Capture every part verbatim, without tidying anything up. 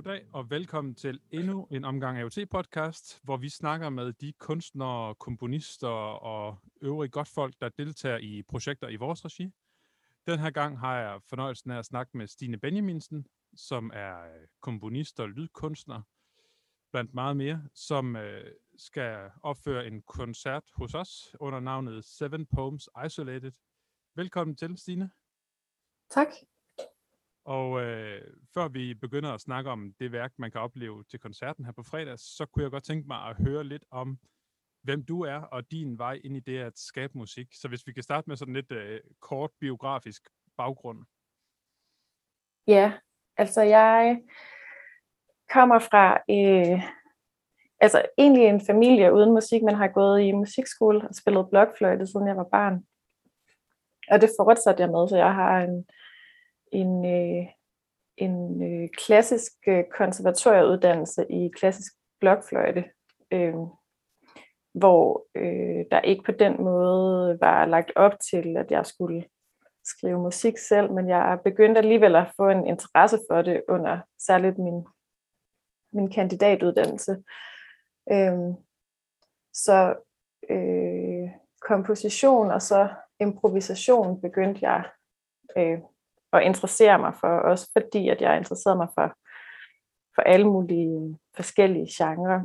Goddag og velkommen til endnu en omgang A O T-podcast, hvor vi snakker med de kunstnere, komponister og øvrige godtfolk, der deltager i projekter i vores regi. Den her gang har jeg fornøjelsen af at snakke med Stine Benjaminsen, som er komponist og lydkunstner, blandt meget mere, som øh, skal opføre en koncert hos os under navnet Seven Poems Isolated. Velkommen til, Stine. Tak. Og øh, før vi begynder at snakke om det værk, man kan opleve til koncerten her på fredag, så kunne jeg godt tænke mig at høre lidt om, hvem du er og din vej ind i det at skabe musik. Så hvis vi kan starte med sådan lidt øh, kort biografisk baggrund. Ja, altså jeg kommer fra øh, altså egentlig en familie uden musik, men har gået i musikskole og spillet blokfløjte, siden jeg var barn. Og det fortsatte jeg med, så jeg har en en, øh, en øh, klassisk øh, konservatorieuddannelse i klassisk blokfløjte, øh, hvor øh, der ikke på den måde var lagt op til, at jeg skulle skrive musik selv, men jeg begyndte alligevel at få en interesse for det under særligt min, min kandidatuddannelse. Øh, så øh, komposition og så improvisation begyndte jeg øh, og interessere mig for, også fordi at jeg interesserede mig for, for alle mulige forskellige genrer.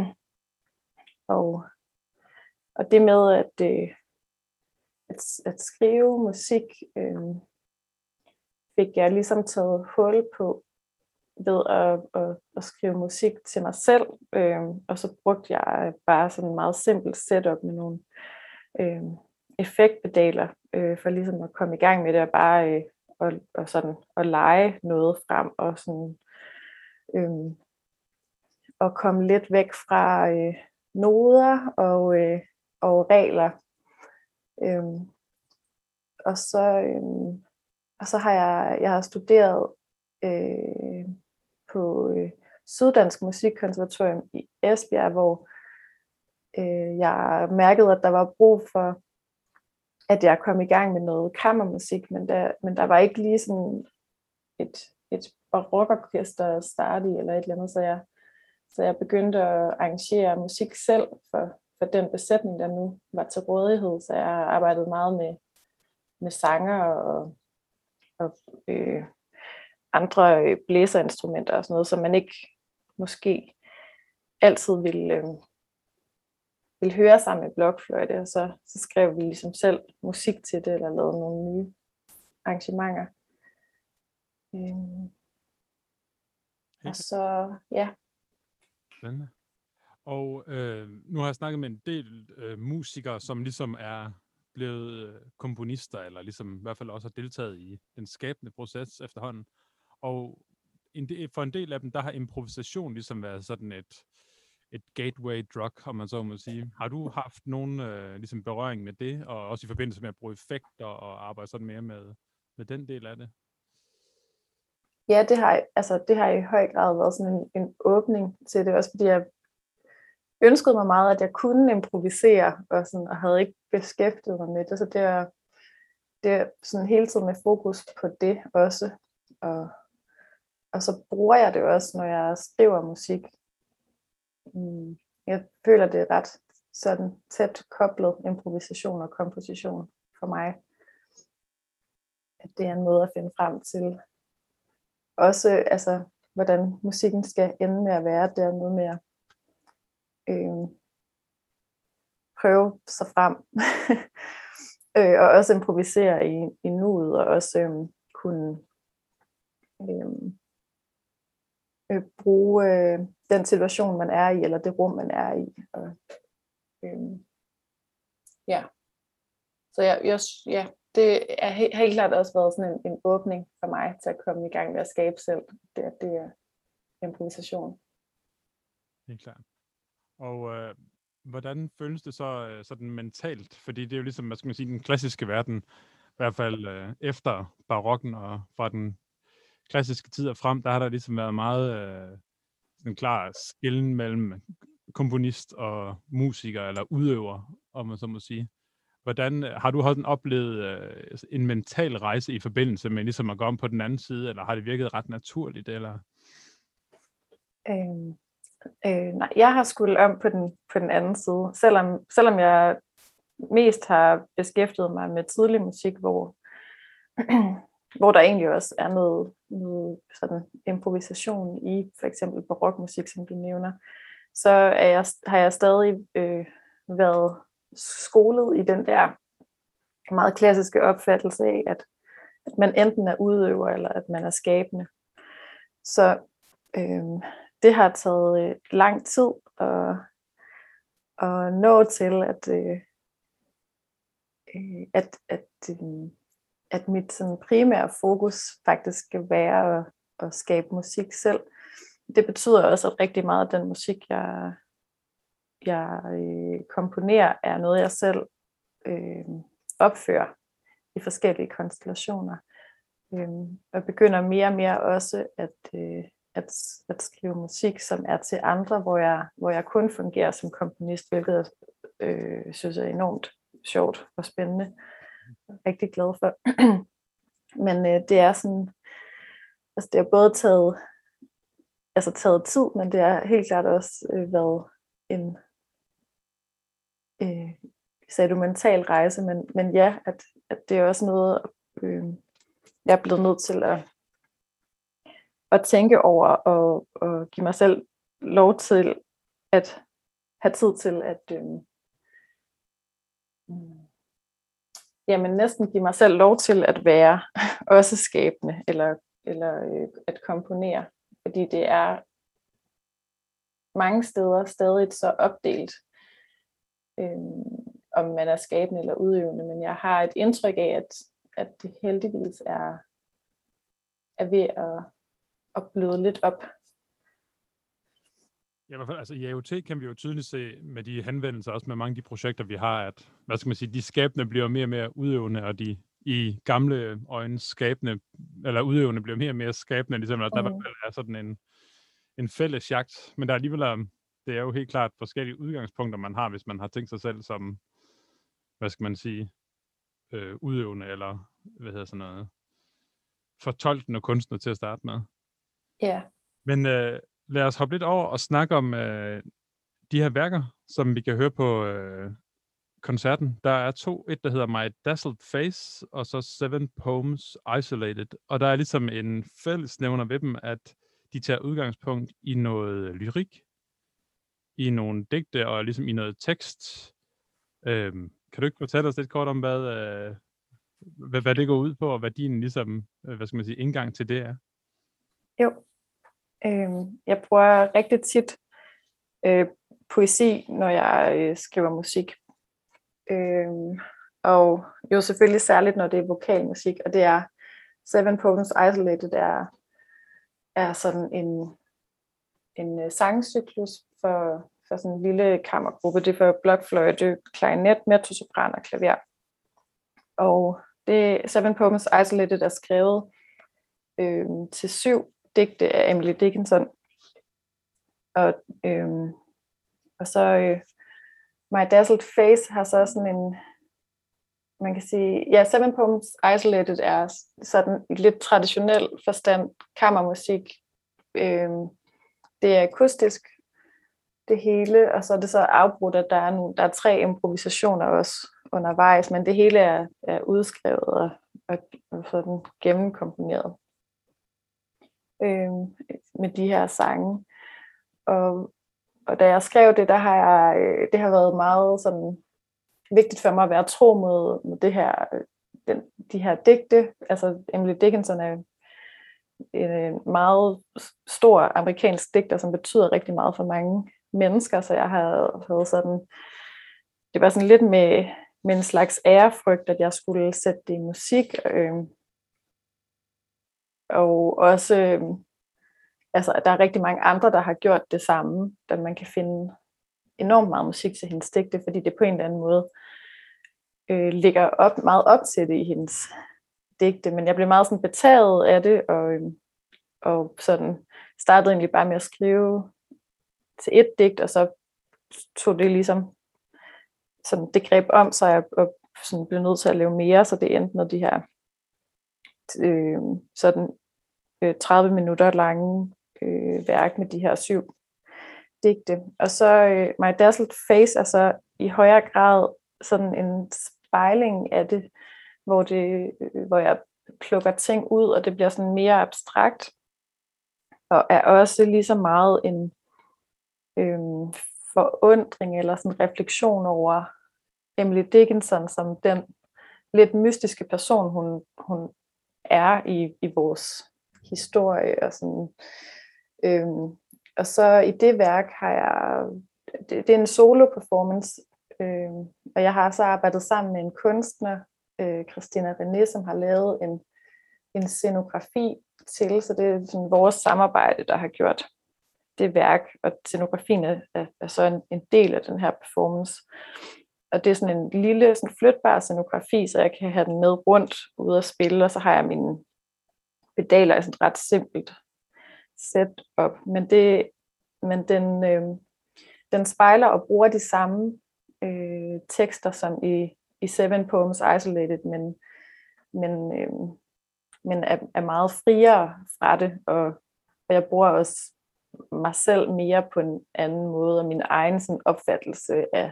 og, og det med at, at, at skrive musik, øh, fik jeg ligesom taget hul på ved at, at, at skrive musik til mig selv, øh, og så brugte jeg bare sådan en meget simpelt setup med nogle øh, effektpedaler, øh, for ligesom at komme i gang med det, og bare øh, Og, og sådan at lege noget frem og sådan øhm, og komme lidt væk fra øh, noder og øh, og regler. Øhm, og så øhm, og så har jeg jeg har studeret øh, på øh, Syddansk Musikkonservatorium i Esbjerg, hvor øh, jeg mærkede, at der var brug for at jeg kom i gang med noget kammermusik, men der, men der var ikke lige sådan et, et barokorkester at starte i, eller et eller andet, så jeg, så jeg begyndte at arrangere musik selv for, for den besætning, der nu var til rådighed, så jeg har arbejdet meget med, med sanger og, og øh, andre blæserinstrumenter og sådan noget, som man ikke måske altid ville... Øh, ville høre sammen med blokfløjte, og så, så skrev vi ligesom selv musik til det, eller lavede nogle nye arrangementer. Øhm. Og så, ja. Spændende. Og øh, nu har jeg snakket med en del øh, musikere, som ligesom er blevet øh, komponister, eller ligesom i hvert fald også har deltaget i den skabende proces efterhånden. Og en del, for en del af dem, der har improvisation ligesom været sådan et et gateway drug, om man så må sige. Har du haft nogen øh, ligesom berøring med det, og også i forbindelse med at bruge effekter og arbejde sådan mere med, med den del af det? Ja, det har, altså, det har i høj grad været sådan en, en åbning til det, også fordi jeg ønskede mig meget, at jeg kunne improvisere, og, sådan, og havde ikke beskæftiget mig med det, så det er, det er sådan hele tiden med fokus på det også, og, og så bruger jeg det også, når jeg skriver musik. Jeg føler, det er ret sådan tæt koblet, improvisation og komposition for mig. At det er en måde at finde frem til. Også altså, hvordan musikken skal ende med at være. Det er noget med at øh, prøve sig frem. øh, og også improvisere i, i nuet, og også øh, kunne øh, øh, bruge øh, den situation, man er i, eller det rum, man er i. Og, øh, ja. Så jeg, jeg, ja, det er helt, helt klart også været sådan en, en åbning for mig til at komme i gang med at skabe selv. Det, det er improvisation. Helt klart. Og øh, hvordan føles det så øh, sådan mentalt? Fordi det er jo ligesom, hvad skal man sige, den klassiske verden, i hvert fald øh, efter barokken og fra den klassiske tid og frem, der har der ligesom været meget øh, en klar skelnen mellem komponist og musiker, eller udøver, om man så må sige. Hvordan har du også oplevet øh, en mental rejse i forbindelse med ligesom at gå om på den anden side, eller har det virket ret naturligt, eller? Øh, øh, nej, jeg har skulle om på den, på den anden side, selvom, selvom jeg mest har beskæftiget mig med tidlig musik, hvor, hvor der egentlig også er noget, noget sådan improvisation i for eksempel barokmusik, som du nævner, så er jeg, har jeg stadig øh, været skolet i den der meget klassiske opfattelse af, at, at man enten er udøver, eller at man er skabende. Så øh, det har taget øh, lang tid at, at nå til, at, øh, at, at, øh, at mit sådan, primære fokus faktisk skal være at, at skabe musik selv. Det betyder også, at rigtig meget af den musik, jeg, jeg øh, komponerer, er noget, jeg selv øh, opfører i forskellige konstellationer. Øh, og begynder mere og mere også at, øh, at, at skrive musik, som er til andre, hvor jeg, hvor jeg kun fungerer som komponist, hvilket jeg øh, synes er enormt sjovt og spændende. Jeg er rigtig glad for. Men øh, det er sådan, altså det har både taget, altså taget tid, men det har helt klart også øh, været en øh, sagde du mental rejse, men, men ja, at, at det er også noget, øh, jeg er blevet nødt til at, at tænke over og, og give mig selv lov til at have tid til at øh, jamen næsten give mig selv lov til at være også skabende eller, eller øh, at komponere, fordi det er mange steder stadig så opdelt, øh, om man er skabende eller udøvende, men jeg har et indtryk af, at, at det heldigvis er, er ved at, at bløde lidt op. Ja, i hvert fald, altså i A O T kan vi jo tydeligt se med de henvendelser, også med mange af de projekter, vi har, at, hvad skal man sige, de skabende bliver mere og mere udøvende, og de i gamle øjne skabende, eller udøvende bliver mere og mere skabende, ligesom at der mm. er sådan en, en fælles jagt, men der er alligevel, det er jo helt klart forskellige udgangspunkter, man har, hvis man har tænkt sig selv som, hvad skal man sige, øh, udøvende, eller hvad hedder sådan noget, fortolkende kunstner til at starte med. Ja. Yeah. Men øh, lad os hoppe lidt over og snakke om øh, de her værker, som vi kan høre på øh, koncerten. Der er to. Et, der hedder My Dazzled Face, og så Seven Poems Isolated. Og der er ligesom en fællesnævner ved dem, at de tager udgangspunkt i noget lyrik, i nogle digte og ligesom i noget tekst. Øhm, kan du ikke fortælle os lidt kort om, hvad, øh, hvad, hvad det går ud på, og hvad din ligesom, øh, hvad skal man sige, indgang til det er? Jo. Øhm, jeg bruger rigtig tit øh, poesi, når jeg øh, skriver musik. Øhm, og jo selvfølgelig særligt, når det er vokalmusik, og det er Seven Poems Isolated er, er sådan en, en uh, sangcyklus for, for sådan en lille kammergruppe. Det er for blokfløjte, klarinet, mezzosopran og klaver. Og det Seven Poems Isolated er skrevet øh, til syv digte af Emily Dickinson. Og, øh, og så øh, My Dazzled Face har så sådan en, man kan sige, ja, Seven Poems Isolated er sådan lidt traditionel forstand kammermusik. Øh, det er akustisk, det hele, og så er det så afbrudt, at der er, nogle, der er tre improvisationer også undervejs, men det hele er, er udskrevet og, og, og sådan gennemkomponeret øh, med de her sange. Og, og da jeg skrev det, der har jeg, det har været meget sådan vigtigt for mig at være tro mod, mod det her, den, de her digte. Altså Emily Dickinson er en meget stor amerikansk digter, som betyder rigtig meget for mange mennesker, så jeg havde, havde sådan, det var sådan lidt med, med en slags ærefrygt, at jeg skulle sætte det i musik, øh, og også, øh, altså der er rigtig mange andre, der har gjort det samme, da man kan finde enormt meget musik til hendes digte, fordi det på en eller anden måde øh, ligger op, meget op til det i hendes digte, men jeg blev meget sådan betaget af det, og, øh, og sådan startede egentlig bare med at skrive til et digt, og så tog det ligesom sådan, det greb om, så jeg og sådan blev nødt til at lave mere, så det endte med de her øh, sådan øh, tredive minutter lange øh, værk med de her syv digte. Og så øh, My Dazzled Face er så i højere grad sådan en spejling af det, hvor, det, øh, hvor jeg plukker ting ud, og det bliver sådan mere abstrakt, og er også lige så meget en øh, forundring eller sådan refleksion over Emily Dickinson som den lidt mystiske person, hun, hun er i, i vores historie. Og, sådan. Øhm, og så i det værk har jeg, det, det er en solo-performance, øhm, og jeg har så arbejdet sammen med en kunstner, øh, Christina René, som har lavet en, en scenografi til, så det er sådan vores samarbejde, der har gjort det værk, og scenografien er, er, er så en, en del af den her performance. Og det er sådan en lille sådan flytbar scenografi, så jeg kan have den med rundt ude at spille, og så har jeg mine pedaler i sådan et ret simpelt setup. Men, det, men den, øh, den spejler og bruger de samme øh, tekster som i, i Seven Poems Isolated, men, men, øh, men er, er meget friere fra det, og, og jeg bruger også mig selv mere på en anden måde, og min egen sådan, opfattelse af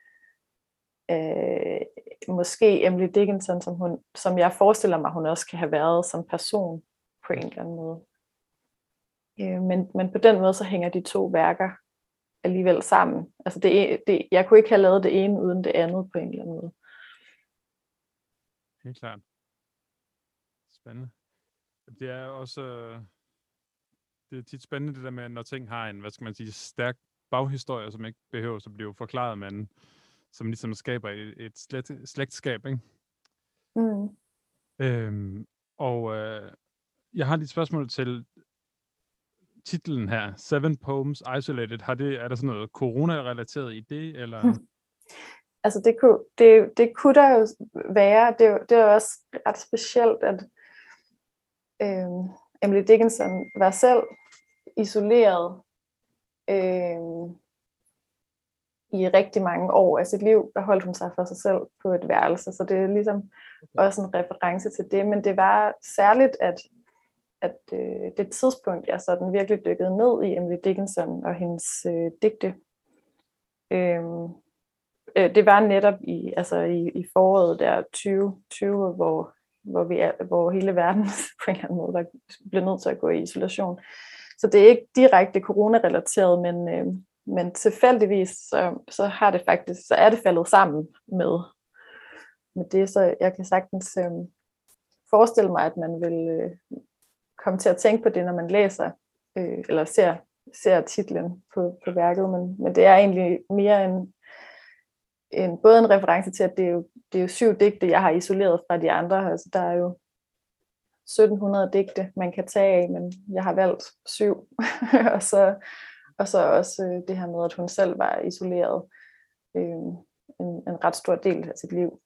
Øh, måske Emily Dickinson, som, hun, som jeg forestiller mig, hun også kan have været som person på en eller anden måde. Øh, men, men på den måde, så hænger de to værker alligevel sammen. Altså det, det, jeg kunne ikke have lavet det ene uden det andet på en eller anden måde. Helt klart. Spændende. Det er også det er tit spændende det der med, når ting har en, hvad skal man sige, stærk baghistorie, som ikke behøver at blive forklaret, men som ligesom skaber et, et slægt, slægtskab, ikke? Mm. Øhm, og øh, jeg har lige et spørgsmål til titlen her, Seven Poems Isolated. Har det, er der sådan noget corona-relateret i det, eller? Hmm. Altså det kunne, det, det kunne der jo være. Det, det er også ret specielt, at øh, Emily Dickinson var selv isoleret øh, i rigtig mange år af sit liv, der holdt hun sig for sig selv på et værelse, så det er ligesom okay. Også en reference til det, men det var særligt, at, at øh, det tidspunkt, jeg sådan virkelig dykkede ned i Emily Dickinson og hendes øh, digte, øh, øh, det var netop i, altså i, i foråret der tyve tyve, hvor, hvor, vi er, hvor hele verden på en eller anden måde var, blev nødt til at gå i isolation. Så det er ikke direkte corona-relateret, men øh, Men tilfældigvis, så, så har det faktisk, så er det faldet sammen med, med det, så jeg kan sagtens øh, forestille mig, at man vil øh, komme til at tænke på det, når man læser, øh, eller ser, ser titlen på, på værket, men, men det er egentlig mere en, en, både en reference til, at det er, jo, det er jo syv digte, jeg har isoleret fra de andre, altså der er jo sytten hundrede digte, man kan tage af, men jeg har valgt syv, og så Og så også øh, det her med, at hun selv var isoleret øh, en, en ret stor del af sit liv.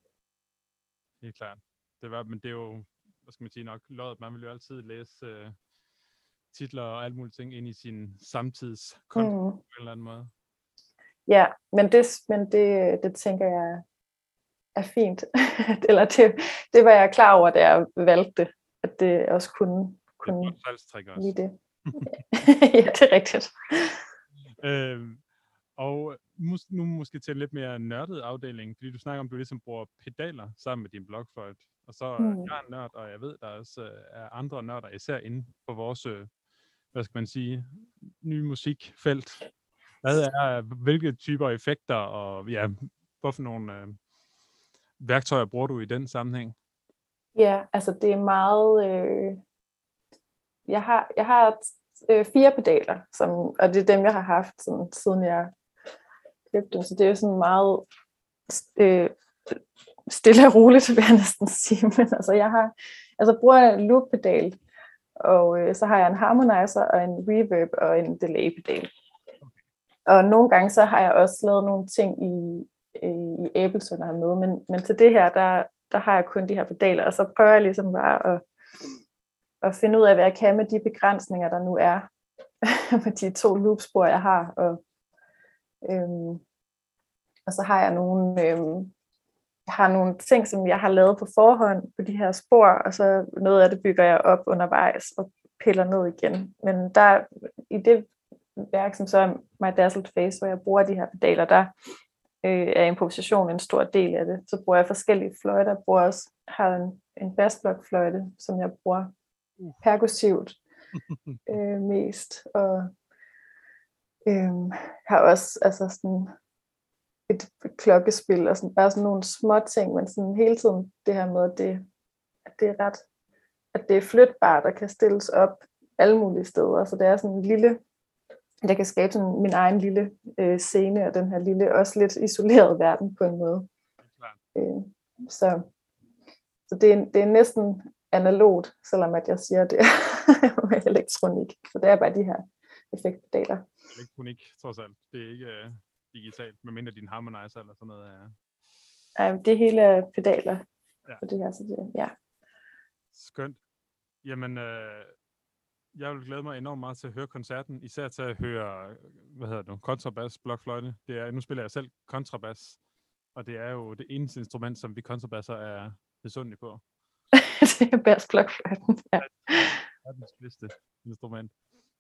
Helt klart. Det var, men det er jo, hvad skal man sige, nok loddet. Man vil jo altid læse øh, titler og alt muligt ting ind i sin samtidskontekst mm. på en eller anden måde. Ja, men det, men det, det tænker jeg er fint. Eller det, det var jeg klar over, da jeg valgte det, at det også kunne, kunne det er også. lide det. Ja, det er rigtigt. Øhm, og mus, nu måske til en lidt mere nørdet afdeling, fordi du snakker om, at du ligesom bruger pedaler sammen med din blog for et, og så mm. jeg er en nørd, og jeg ved, der også er andre nørder, især inden for vores, hvad skal man sige, nye musikfelt. Hvad er, hvilke typer effekter, og ja, hvorfor nogle øh, værktøjer bruger du i den sammenhæng? Ja, altså det er meget, øh, jeg har, jeg har øh, fire pedaler, som, og det er dem, jeg har haft sådan, siden jeg købte dem, så det er jo sådan meget øh, stille og roligt, vil jeg næsten sige, men altså jeg har, altså bruger en loop-pedal, og øh, så har jeg en harmonizer, og en reverb, og en delay-pedal. Og nogle gange så har jeg også lavet nogle ting i, i Ableton her med, men, men til det her, der, der har jeg kun de her pedaler, og så prøver jeg ligesom bare at, at finde ud af, hvad jeg kan med de begrænsninger, der nu er, med de to loopspor, jeg har. Og, øhm, og så har jeg nogle, øhm, jeg har nogle ting, som jeg har lavet på forhånd på de her spor, og så noget af det bygger jeg op undervejs, og, piller ned igen. Men der i det værk, som så er My Dazzled Face, hvor jeg bruger de her pedaler, der øh, er improvisation en stor del af det. Så bruger jeg forskellige fløjter. Jeg bruger også, har en, en bassblokfløjte, som jeg bruger perkussivt øh, mest. Og øh, har også altså sådan et klokkespil og sådan, bare sådan nogle små ting, men sådan hele tiden det her med, at det, at det er ret, at det er flytbart og kan stilles op alle mulige steder. Så det er sådan en lille, jeg kan skabe sådan min egen lille øh, scene, og den her lille, også lidt isolerede verden på en måde. Øh, så så det, er, det er næsten analogt, selvom at jeg siger det med elektronik. Så det er bare de her effektpedaler. Elektronik, trods alt. Det er ikke uh, digitalt, medmindre din harmonizer eller sådan noget. Ja. Ej, det hele er pedaler Ja. på det her, så det, ja. Skønt. Jamen, øh, jeg vil glæde mig enormt meget til at høre koncerten, især til at høre, hvad hedder det nu, kontrabas, blokfløjte. Det er, nu spiller jeg selv kontrabas, og det er jo det eneste instrument, som vi kontrabasser er besundelige på. Det er bassblokfløjten, ja. Det er verdens bedste instrument.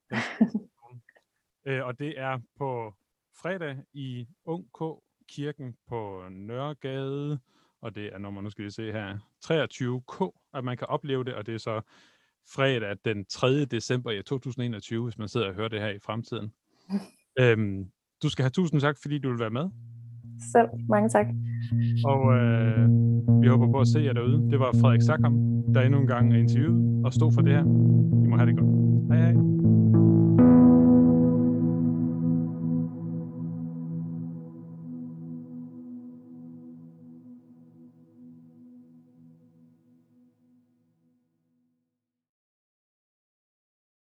øh, og det er på fredag i Ung K Kirken på Nørregade, og det er nummer, nu skal vi se her, treogtyve K, at man kan opleve det, og det er så fredag den tredje december i to tusind og enogtyve, hvis man sidder og hører det her i fremtiden. øhm, du skal have tusind tak, fordi du vil være med. Selv, mange tak. Og øh, vi håber på at se jer derude. Det var Frederik Sackam, der endnu en gang er interviewet og stod for det her. I må have det godt. Hej hej.